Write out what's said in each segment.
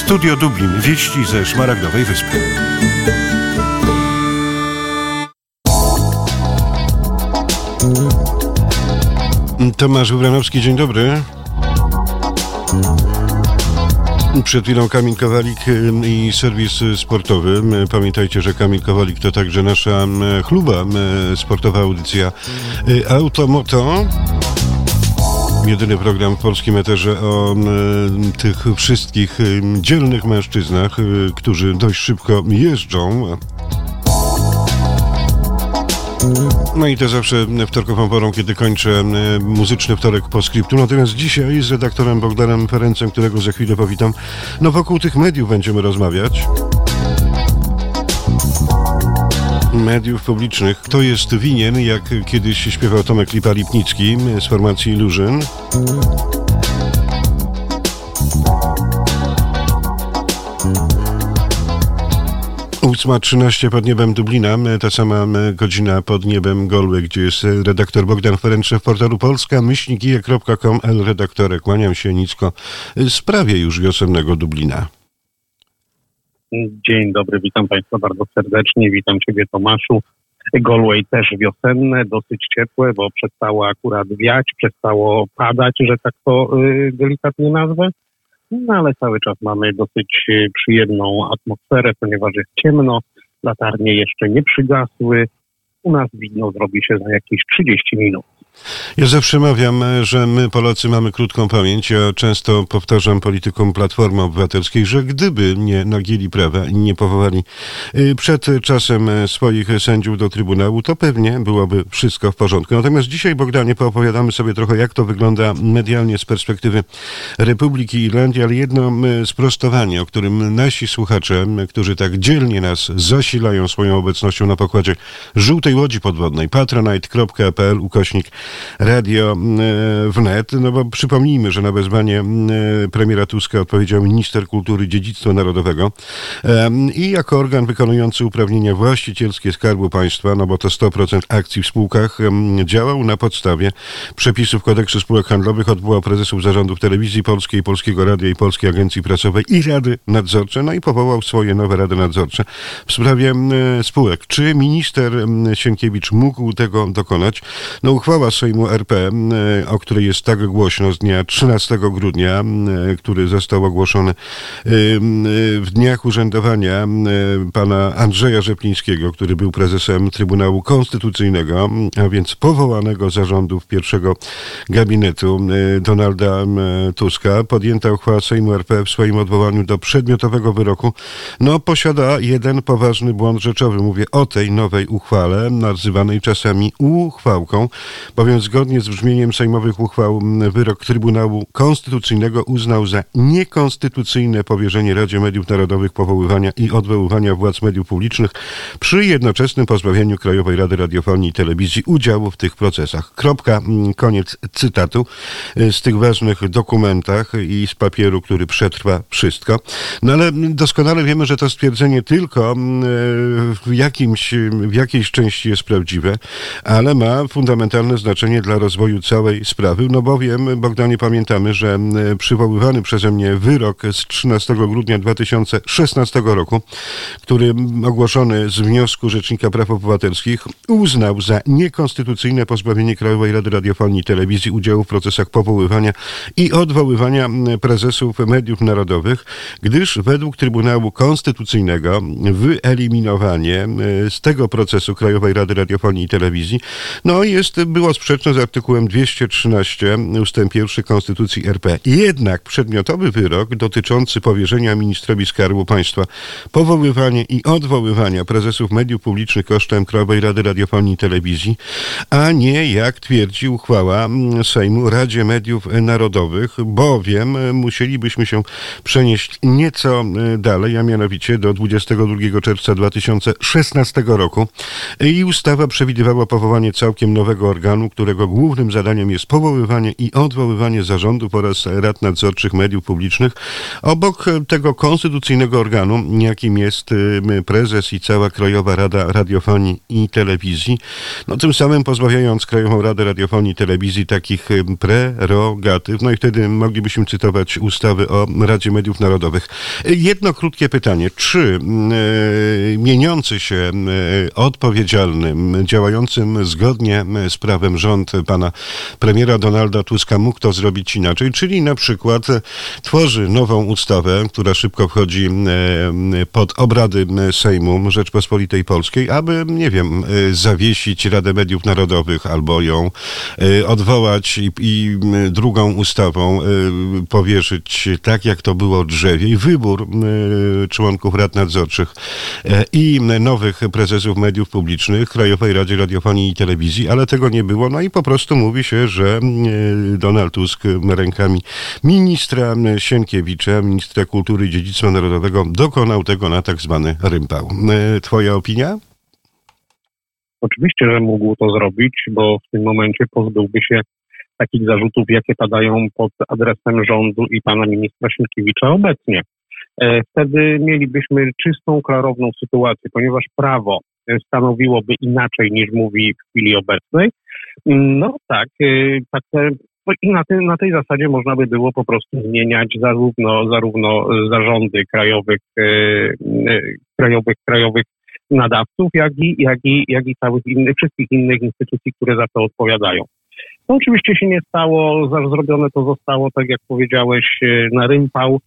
Studio Dublin. Wieści ze Szmaragdowej Wyspy. Tomasz Wybranowski, dzień dobry. Przed chwilą Kamil Kowalik i serwis sportowy. Pamiętajcie, że Kamil Kowalik to także nasza chluba sportowa audycja Automoto. Jedyny program w polskim eterze o tych wszystkich dzielnych mężczyznach, którzy dość szybko jeżdżą. No i to zawsze wtorkową porą, kiedy kończę muzyczny wtorek po skryptu. Natomiast dzisiaj z redaktorem Bogdanem Ferencem, którego za chwilę powitam, wokół tych mediów będziemy rozmawiać. Mediów publicznych. Kto jest winien, jak kiedyś śpiewał Tomek Lipa-Lipnicki z formacji Illusion. Ósma 13 pod niebem Dublina, ta sama godzina pod niebem Galway, gdzie jest redaktor Bogdan Ferenc w portalu polska-ije.com. Redaktorze, kłaniam się nisko w sprawie już wiosennego Dublina. Dzień dobry, witam Państwa bardzo serdecznie, witam Ciebie, Tomaszu. Galway też wiosenne, dosyć ciepłe, bo przestało akurat wiać, przestało padać, że tak to delikatnie nazwę. No ale cały czas mamy dosyć przyjemną atmosferę, ponieważ jest ciemno, latarnie jeszcze nie przygasły. U nas widno zrobi się za jakieś 30 minut. Ja zawsze mawiam, że my Polacy mamy krótką pamięć. Ja często powtarzam politykom Platformy Obywatelskiej, że gdyby nie nagięli prawa i nie powołali przed czasem swoich sędziów do Trybunału, to pewnie byłoby wszystko w porządku. Natomiast dzisiaj, Bogdanie, poopowiadamy sobie trochę, jak to wygląda medialnie z perspektywy Republiki Irlandii, ale jedno sprostowanie, o którym nasi słuchacze, którzy tak dzielnie nas zasilają swoją obecnością na pokładzie żółtej łodzi podwodnej, patronite.pl/radio wnet, no bo przypomnijmy, że na wezwanie premiera Tuska odpowiedział minister kultury i dziedzictwa narodowego i jako organ wykonujący uprawnienia właścicielskie Skarbu Państwa, no bo to 100% akcji w spółkach, działał na podstawie przepisów kodeksu spółek handlowych, odwołał prezesów zarządów Telewizji Polskiej, Polskiego Radia i Polskiej Agencji Prasowej i Rady Nadzorcze, no i powołał swoje nowe rady nadzorcze w sprawie spółek. Czy minister Sienkiewicz mógł tego dokonać? No uchwała Sejmu RP, o której jest tak głośno z dnia 13 grudnia, który został ogłoszony w dniach urzędowania pana Andrzeja Rzeplińskiego, który był prezesem Trybunału Konstytucyjnego, a więc powołanego zarządów pierwszego gabinetu Donalda Tuska. Podjęta uchwała Sejmu RP w swoim odwołaniu do przedmiotowego wyroku, no posiada jeden poważny błąd rzeczowy. Mówię o tej nowej uchwale, nazywanej czasami uchwałką, bowiem zgodnie z brzmieniem sejmowych uchwał wyrok Trybunału Konstytucyjnego uznał za niekonstytucyjne powierzenie Radzie Mediów Narodowych powoływania i odwoływania władz mediów publicznych przy jednoczesnym pozbawieniu Krajowej Rady Radiofonii i Telewizji udziału w tych procesach. Kropka, koniec cytatu z tych ważnych dokumentach i z papieru, który przetrwa wszystko. No ale doskonale wiemy, że to stwierdzenie tylko w jakiejś części jest prawdziwe, ale ma fundamentalne znaczenie dla rozwoju całej sprawy, no bowiem, Bogdanie, pamiętamy, że przywoływany przeze mnie wyrok z 13 grudnia 2016 roku, który ogłoszony z wniosku Rzecznika Praw Obywatelskich uznał za niekonstytucyjne pozbawienie Krajowej Rady Radiofonii i Telewizji udziału w procesach powoływania i odwoływania prezesów mediów narodowych, gdyż według Trybunału Konstytucyjnego wyeliminowanie z tego procesu Krajowej Rady Radiofonii i Telewizji było sprzeczne z artykułem 213 ustęp 1 Konstytucji RP. Jednak przedmiotowy wyrok dotyczący powierzenia ministrowi Skarbu Państwa powoływania i odwoływania prezesów mediów publicznych kosztem Krajowej Rady Radiofonii i Telewizji, a nie, jak twierdzi uchwała Sejmu, Radzie Mediów Narodowych, bowiem musielibyśmy się przenieść nieco dalej, a mianowicie do 22 czerwca 2016 roku i ustawa przewidywała powołanie całkiem nowego organu, którego głównym zadaniem jest powoływanie i odwoływanie zarządów oraz rad nadzorczych mediów publicznych, obok tego konstytucyjnego organu, jakim jest prezes i cała Krajowa Rada Radiofonii i Telewizji, no tym samym pozbawiając Krajową Radę Radiofonii i Telewizji takich prerogatyw. No i wtedy moglibyśmy cytować ustawy o Radzie Mediów Narodowych. Jedno krótkie pytanie. Czy mieniący się, odpowiedzialnym, działającym zgodnie z prawem rząd pana premiera Donalda Tuska mógł to zrobić inaczej? Czyli na przykład tworzy nową ustawę, która szybko wchodzi pod obrady Sejmu Rzeczpospolitej Polskiej, aby, nie wiem, zawiesić Radę Mediów Narodowych albo ją odwołać i drugą ustawą powierzyć, tak jak to było drzewiej, wybór członków rad nadzorczych i nowych prezesów mediów publicznych, Krajowej Radzie Radiofonii i Telewizji, ale tego nie było. No i po prostu mówi się, że Donald Tusk rękami ministra Sienkiewicza, ministra kultury i dziedzictwa narodowego, dokonał tego na tak zwany rympał. Twoja opinia? Oczywiście, że mógł to zrobić, bo w tym momencie pozbyłby się takich zarzutów, jakie padają pod adresem rządu i pana ministra Sienkiewicza obecnie. Wtedy mielibyśmy czystą, klarowną sytuację, ponieważ prawo stanowiłoby inaczej niż mówi w chwili obecnej. No tak, i na tej zasadzie można by było po prostu zmieniać zarówno zarządy krajowych nadawców, jak i wszystkich innych instytucji, które za to odpowiadają. To oczywiście się nie stało, zrobione to zostało, tak jak powiedziałeś, na rympał.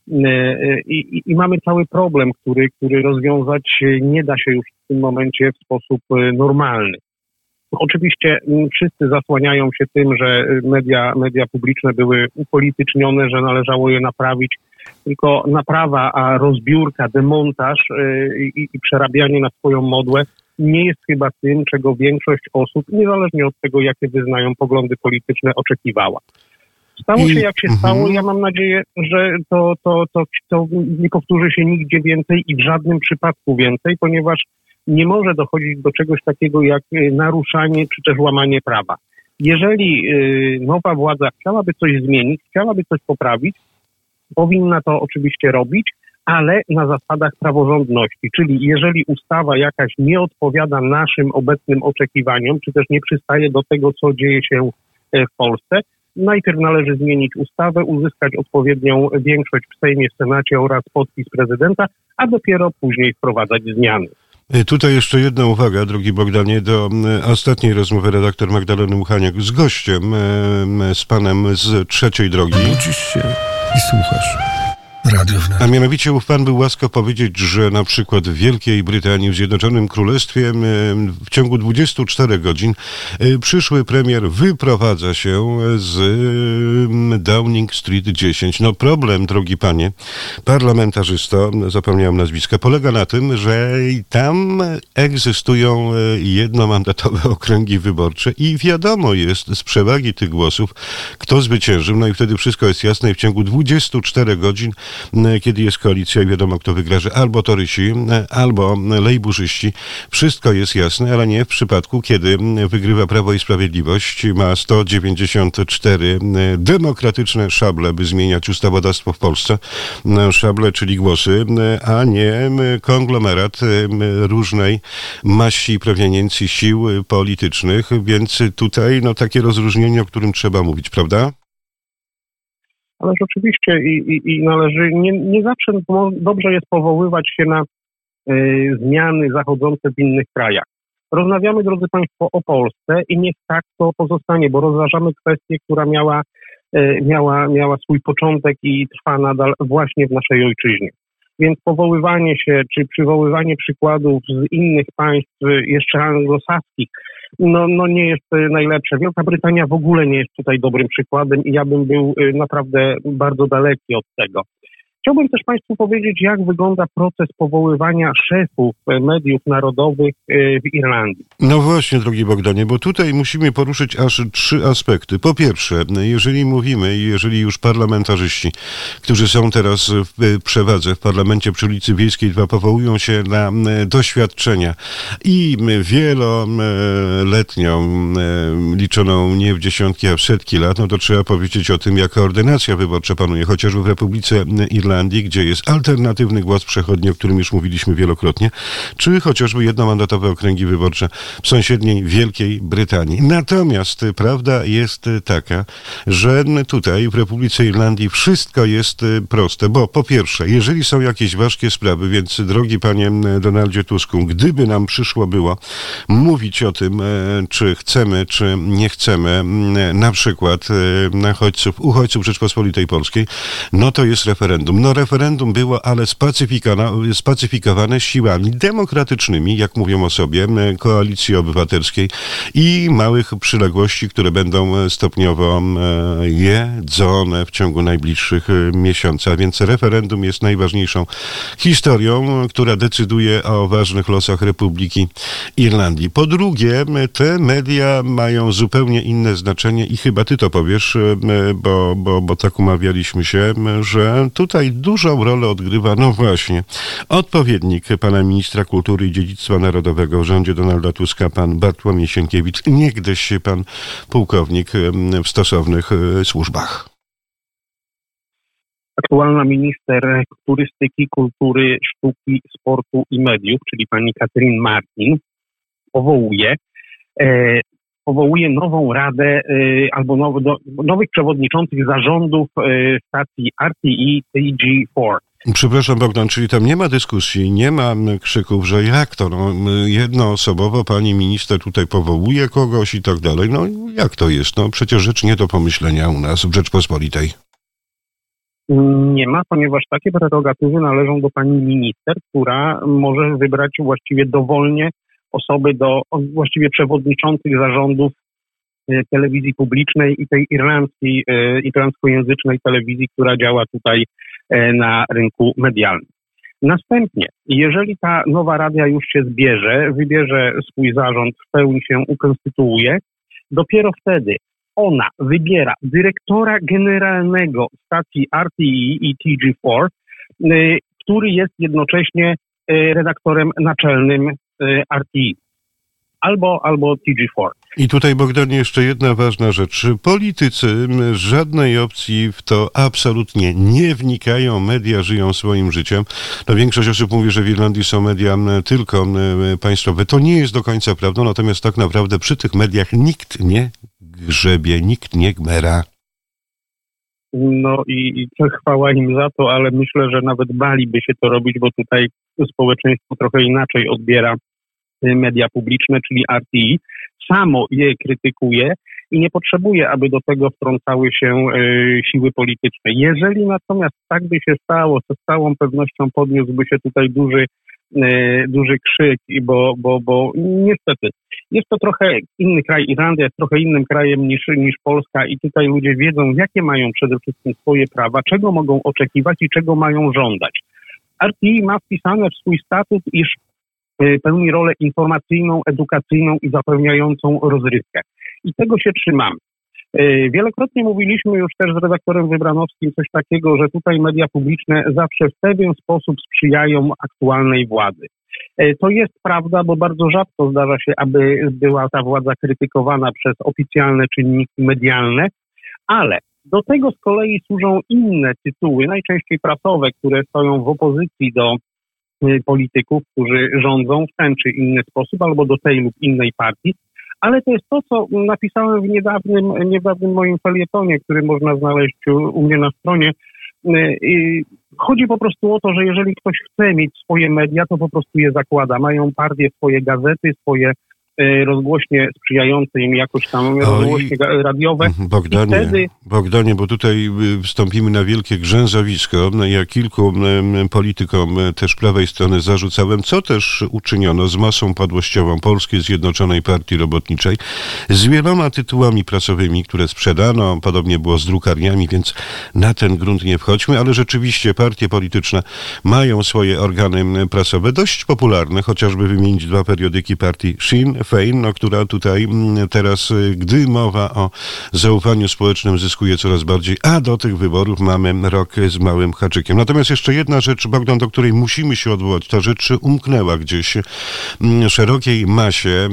I mamy cały problem, który rozwiązać nie da się już w tym momencie w sposób normalny. Oczywiście wszyscy zasłaniają się tym, że media publiczne były upolitycznione, że należało je naprawić. Tylko naprawa, a rozbiórka, demontaż i przerabianie na swoją modłę nie jest chyba tym, czego większość osób, niezależnie od tego, jakie wyznają poglądy polityczne, oczekiwała. Stało się jak się stało. Ja mam nadzieję, że to nie powtórzy się nigdzie więcej i w żadnym przypadku więcej, ponieważ nie może dochodzić do czegoś takiego jak naruszanie czy też łamanie prawa. Jeżeli nowa władza chciałaby coś zmienić, chciałaby coś poprawić, powinna to oczywiście robić, ale na zasadach praworządności. Czyli jeżeli ustawa jakaś nie odpowiada naszym obecnym oczekiwaniom, czy też nie przystaje do tego, co dzieje się w Polsce, najpierw należy zmienić ustawę, uzyskać odpowiednią większość w Sejmie, w Senacie oraz podpis prezydenta, a dopiero później wprowadzać zmiany. Tutaj jeszcze jedna uwaga, drogi Bogdanie, do ostatniej rozmowy redaktor Magdaleny Uchaniak z gościem, z panem z Trzeciej Drogi. Budzisz się i słuchasz. Radio Wnet. A mianowicie ów pan był łaskaw powiedzieć, że na przykład w Wielkiej Brytanii, w Zjednoczonym Królestwie w ciągu 24 godzin przyszły premier wyprowadza się z Downing Street 10. No problem, drogi panie, parlamentarzysto, zapomniałem nazwiska, polega na tym, że tam egzystują jednomandatowe okręgi wyborcze i wiadomo jest z przewagi tych głosów, kto zwyciężył. No i wtedy wszystko jest jasne i w ciągu 24 godzin, kiedy jest koalicja i wiadomo, kto wygra, że albo torysi, albo lejburzyści. Wszystko jest jasne, ale nie w przypadku, kiedy wygrywa Prawo i Sprawiedliwość, ma 194 demokratyczne szable, by zmieniać ustawodawstwo w Polsce. Szable, czyli głosy, a nie konglomerat różnej maści i proweniencji sił politycznych, więc tutaj takie rozróżnienie, o którym trzeba mówić, prawda? Ale rzeczywiście i należy, nie zawsze dobrze jest powoływać się na zmiany zachodzące w innych krajach. Rozmawiamy, drodzy Państwo, o Polsce i niech tak to pozostanie, bo rozważamy kwestię, która miała swój początek i trwa nadal właśnie w naszej ojczyźnie. Więc powoływanie się, czy przywoływanie przykładów z innych państw, jeszcze anglosaskich, no nie jest najlepsze. Wielka Brytania w ogóle nie jest tutaj dobrym przykładem i ja bym był naprawdę bardzo daleki od tego. Chciałbym też Państwu powiedzieć, jak wygląda proces powoływania szefów mediów narodowych w Irlandii. No właśnie, drogi Bogdanie, bo tutaj musimy poruszyć aż 3 aspekty. Po pierwsze, jeżeli mówimy i jeżeli już parlamentarzyści, którzy są teraz w przewadze w parlamencie przy ulicy Wiejskiej 2, powołują się na doświadczenia i wieloletnią, liczoną nie w dziesiątki, a w setki lat, no to trzeba powiedzieć o tym, jaka ordynacja wyborcza panuje, chociażby w Republice Irlandii, gdzie jest alternatywny głos przechodni, o którym już mówiliśmy wielokrotnie, czy chociażby jednomandatowe okręgi wyborcze w sąsiedniej Wielkiej Brytanii. Natomiast prawda jest taka, że tutaj w Republice Irlandii wszystko jest proste, bo po pierwsze, jeżeli są jakieś ważkie sprawy, więc drogi panie Donaldzie Tusku, gdyby nam przyszło było mówić o tym, czy chcemy, czy nie chcemy na przykład uchodźców Rzeczpospolitej Polskiej, no to jest referendum. No referendum było, ale spacyfikowane siłami demokratycznymi, jak mówią o sobie, Koalicji Obywatelskiej i małych przyległości, które będą stopniowo jedzone w ciągu najbliższych miesięcy. A więc referendum jest najważniejszą historią, która decyduje o ważnych losach Republiki Irlandii. Po drugie, te media mają zupełnie inne znaczenie i chyba ty to powiesz, bo tak umawialiśmy się, że tutaj dużą rolę odgrywa, no właśnie, odpowiednik pana ministra kultury i dziedzictwa narodowego w rządzie Donalda Tuska, pan Bartłomiej Sienkiewicz, niegdyś pan pułkownik w stosownych służbach. Aktualna minister turystyki, kultury, sztuki, sportu i mediów, czyli pani Catherine Martin, powołuje nową radę albo nowych przewodniczących zarządów stacji RTE TG4. Przepraszam, Bogdan, czyli tam nie ma dyskusji, nie ma krzyków, że jak to, no, jednoosobowo pani minister tutaj powołuje kogoś i tak dalej. No jak to jest? No przecież rzecz nie do pomyślenia u nas w Rzeczpospolitej. Nie ma, ponieważ takie prerogatywy należą do pani minister, która może wybrać właściwie dowolnie osoby do właściwie przewodniczących zarządów telewizji publicznej i tej irlandzkojęzycznej telewizji, która działa tutaj na rynku medialnym. Następnie, jeżeli ta nowa rada już się zbierze, wybierze swój zarząd, w pełni się ukonstytuuje, dopiero wtedy ona wybiera dyrektora generalnego stacji RTE i TG4, który jest jednocześnie redaktorem naczelnym RTE albo TG4. I tutaj, Bogdanie, jeszcze jedna ważna rzecz. Politycy żadnej opcji w to absolutnie nie wnikają. Media żyją swoim życiem. No, większość osób mówi, że w Irlandii są media tylko państwowe. To nie jest do końca prawdą, natomiast tak naprawdę przy tych mediach nikt nie grzebie, nikt nie gmera. No i chwała im za to, ale myślę, że nawet baliby się to robić, bo tutaj społeczeństwo trochę inaczej odbiera media publiczne, czyli RTE. Samo je krytykuje i nie potrzebuje, aby do tego wtrącały się siły polityczne. Jeżeli natomiast tak by się stało, to z całą pewnością podniósłby się tutaj duży krzyk, bo niestety jest to trochę inny kraj. Irlandia jest trochę innym krajem niż Polska i tutaj ludzie wiedzą, jakie mają przede wszystkim swoje prawa, czego mogą oczekiwać i czego mają żądać. RTE ma wpisane w swój statut, iż pełni rolę informacyjną, edukacyjną i zapewniającą rozrywkę. I tego się trzymamy. Wielokrotnie mówiliśmy już też z redaktorem Wybranowskim coś takiego, że tutaj media publiczne zawsze w pewien sposób sprzyjają aktualnej władzy. To jest prawda, bo bardzo rzadko zdarza się, aby była ta władza krytykowana przez oficjalne czynniki medialne, ale do tego z kolei służą inne tytuły, najczęściej prasowe, które stoją w opozycji do polityków, którzy rządzą w ten czy inny sposób, albo do tej lub innej partii. Ale to jest to, co napisałem w niedawnym moim felietonie, który można znaleźć u mnie na stronie. Chodzi po prostu o to, że jeżeli ktoś chce mieć swoje media, to po prostu je zakłada. Mają partie, swoje gazety, swoje rozgłośnie sprzyjające im jakoś tam, rozgłośnie radiowe. Bogdanie, bo tutaj wstąpimy na wielkie grzęzowisko. Ja kilku politykom też prawej strony zarzucałem, co też uczyniono z masą padłościową Polskiej Zjednoczonej Partii Robotniczej, z wieloma tytułami prasowymi, które sprzedano, podobnie było z drukarniami, więc na ten grunt nie wchodźmy, ale rzeczywiście partie polityczne mają swoje organy prasowe, dość popularne, chociażby wymienić dwa periodyki partii Sinn Féin, która tutaj teraz, gdy mowa o zaufaniu społecznym, zyskuje coraz bardziej, a do tych wyborów mamy rok z małym haczykiem. Natomiast jeszcze jedna rzecz, Bogdan, do której musimy się odwołać, ta rzecz umknęła gdzieś szerokiej masie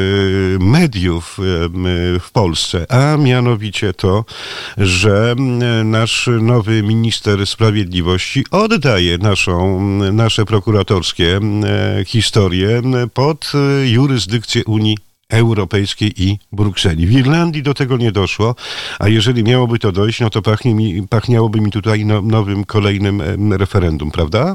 mediów w Polsce, a mianowicie to, że nasz nowy minister sprawiedliwości oddaje nasze prokuratorskie historie pod jurysdykcję Unii Europejskiej i Brukseli. W Irlandii do tego nie doszło, a jeżeli miałoby to dojść, no to pachniałoby mi tutaj nowym, kolejnym referendum, prawda?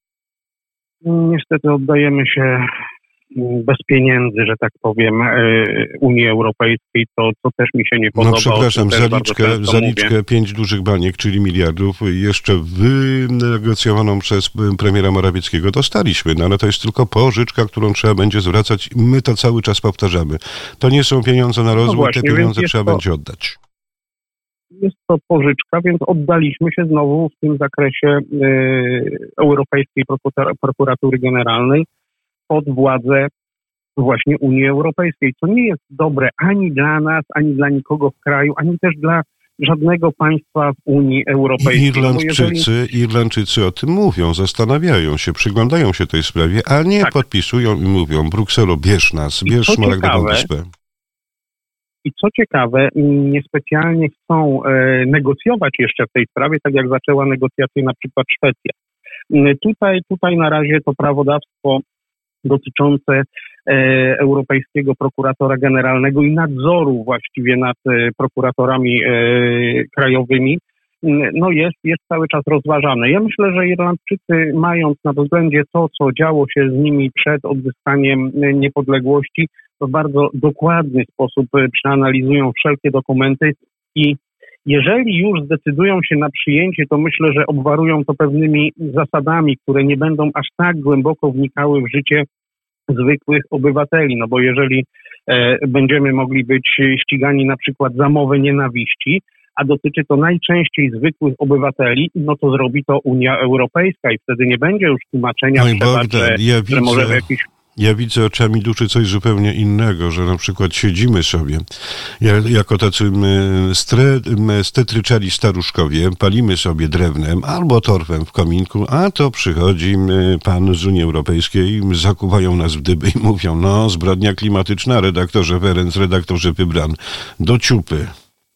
Niestety oddajemy się bez pieniędzy, że tak powiem, Unii Europejskiej, to też mi się nie podoba. No przepraszam, zaliczkę 5 dużych baniek, czyli miliardów, jeszcze wynegocjowaną przez premiera Morawieckiego dostaliśmy, no ale to jest tylko pożyczka, którą trzeba będzie zwracać. My to cały czas powtarzamy. To nie są pieniądze na rozwój, właśnie, te pieniądze trzeba będzie oddać. Jest to pożyczka, więc oddaliśmy się znowu w tym zakresie Europejskiej Prokuratury Generalnej pod władzę właśnie Unii Europejskiej, co nie jest dobre ani dla nas, ani dla nikogo w kraju, ani też dla żadnego państwa w Unii Europejskiej. Irlandczycy o tym mówią, zastanawiają się, przyglądają się tej sprawie, a nie podpisują i mówią: Brukselo, bierz nas, bierz Smaragdową Wyspę. I co ciekawe, niespecjalnie chcą negocjować jeszcze w tej sprawie, tak jak zaczęła negocjacje na przykład Szwecja. Tutaj na razie to prawodawstwo dotyczące Europejskiego Prokuratora Generalnego i nadzoru właściwie nad prokuratorami krajowymi, no jest cały czas rozważane. Ja myślę, że Irlandczycy, mając na względzie to, co działo się z nimi przed odzyskaniem niepodległości, w bardzo dokładny sposób przeanalizują wszelkie dokumenty i jeżeli już zdecydują się na przyjęcie, to myślę, że obwarują to pewnymi zasadami, które nie będą aż tak głęboko wnikały w życie zwykłych obywateli. No bo jeżeli będziemy mogli być ścigani na przykład za mowę nienawiści, a dotyczy to najczęściej zwykłych obywateli, no to zrobi to Unia Europejska i wtedy nie będzie już tłumaczenia, że może jakieś... Ja widzę oczami duszy coś zupełnie innego, że na przykład siedzimy sobie jako tacy stetryczali staruszkowie, palimy sobie drewnem albo torfem w kominku, a to przychodzi pan z Unii Europejskiej, zakuwają nas w dyby i mówią: no, zbrodnia klimatyczna, redaktorze Ferenc, redaktorze Wybran, do ciupy.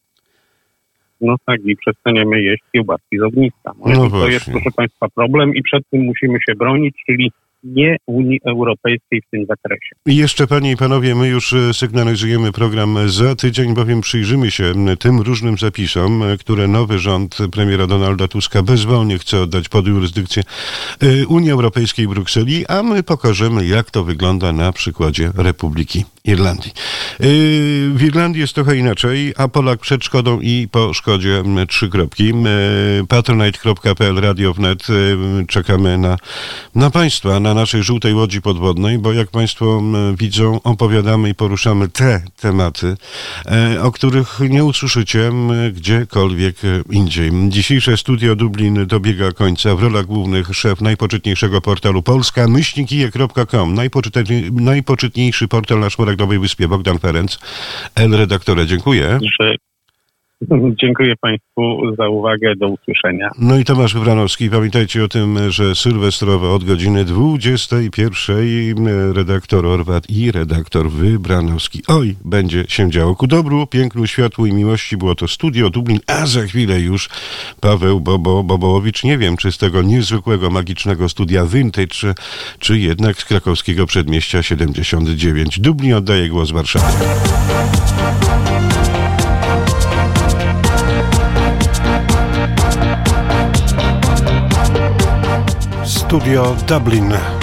No tak, i przestaniemy jeść kiełbaski z ogniska. No to jest, proszę państwa, problem i przed tym musimy się bronić, czyli nie Unii Europejskiej w tym zakresie. I jeszcze, panie i panowie, my już sygnalizujemy program za tydzień, bowiem przyjrzymy się tym różnym zapisom, które nowy rząd premiera Donalda Tuska bezwolnie chce oddać pod jurysdykcję Unii Europejskiej i Brukseli, a my pokażemy, jak to wygląda na przykładzie Republiki Irlandii. W Irlandii jest trochę inaczej, a Polak przed szkodą i po szkodzie 3 kropki. Patronite.pl, Radio Wnet. Czekamy na państwa, na naszej żółtej łodzi podwodnej, bo jak państwo widzą, opowiadamy i poruszamy te tematy, o których nie usłyszycie gdziekolwiek indziej. Dzisiejsze Studio Dublin dobiega końca. W rolach głównych szef najpoczytniejszego portalu polska-kije.com, najpoczytniejszy portal na Szmaragdowej Wyspie, Bogdan Ferenc. Redaktorze, dziękuję. Dziękuję państwu za uwagę. Do usłyszenia. No i Tomasz Wybranowski. Pamiętajcie o tym, że sylwestrowo od godziny 21 redaktor Orwat i redaktor Wybranowski. Oj, będzie się działo. Ku dobru, pięknu, światłu i miłości było to Studio Dublin, a za chwilę już Paweł Bobołowicz. Nie wiem, czy z tego niezwykłego, magicznego studia Vintage, czy jednak z krakowskiego przedmieścia 79. Dublin oddaje głos Warszawie. Studio Dublin.